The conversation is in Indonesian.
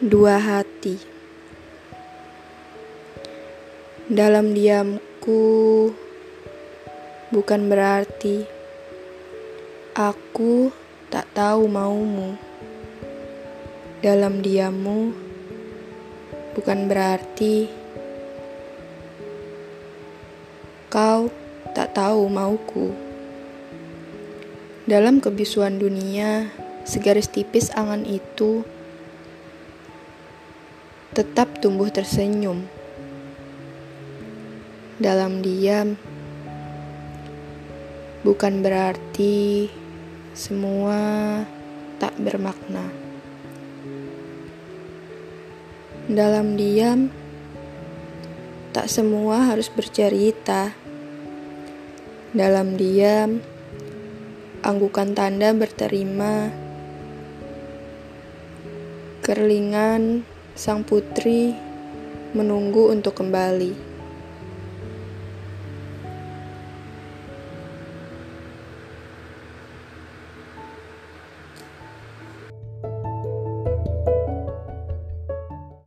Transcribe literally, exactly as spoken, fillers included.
Dua hati. Dalam diamku bukan berarti aku tak tahu maumu. Dalam diammu bukan berarti kau tak tahu mauku. Dalam kebisuan dunia, segaris tipis angan itu tetap tumbuh tersenyum. Dalam diam bukan berarti semua tak bermakna. Dalam diam tak semua harus bercerita. Dalam diam anggukan tanda berterima. Kerlingan sang putri menunggu untuk kembali.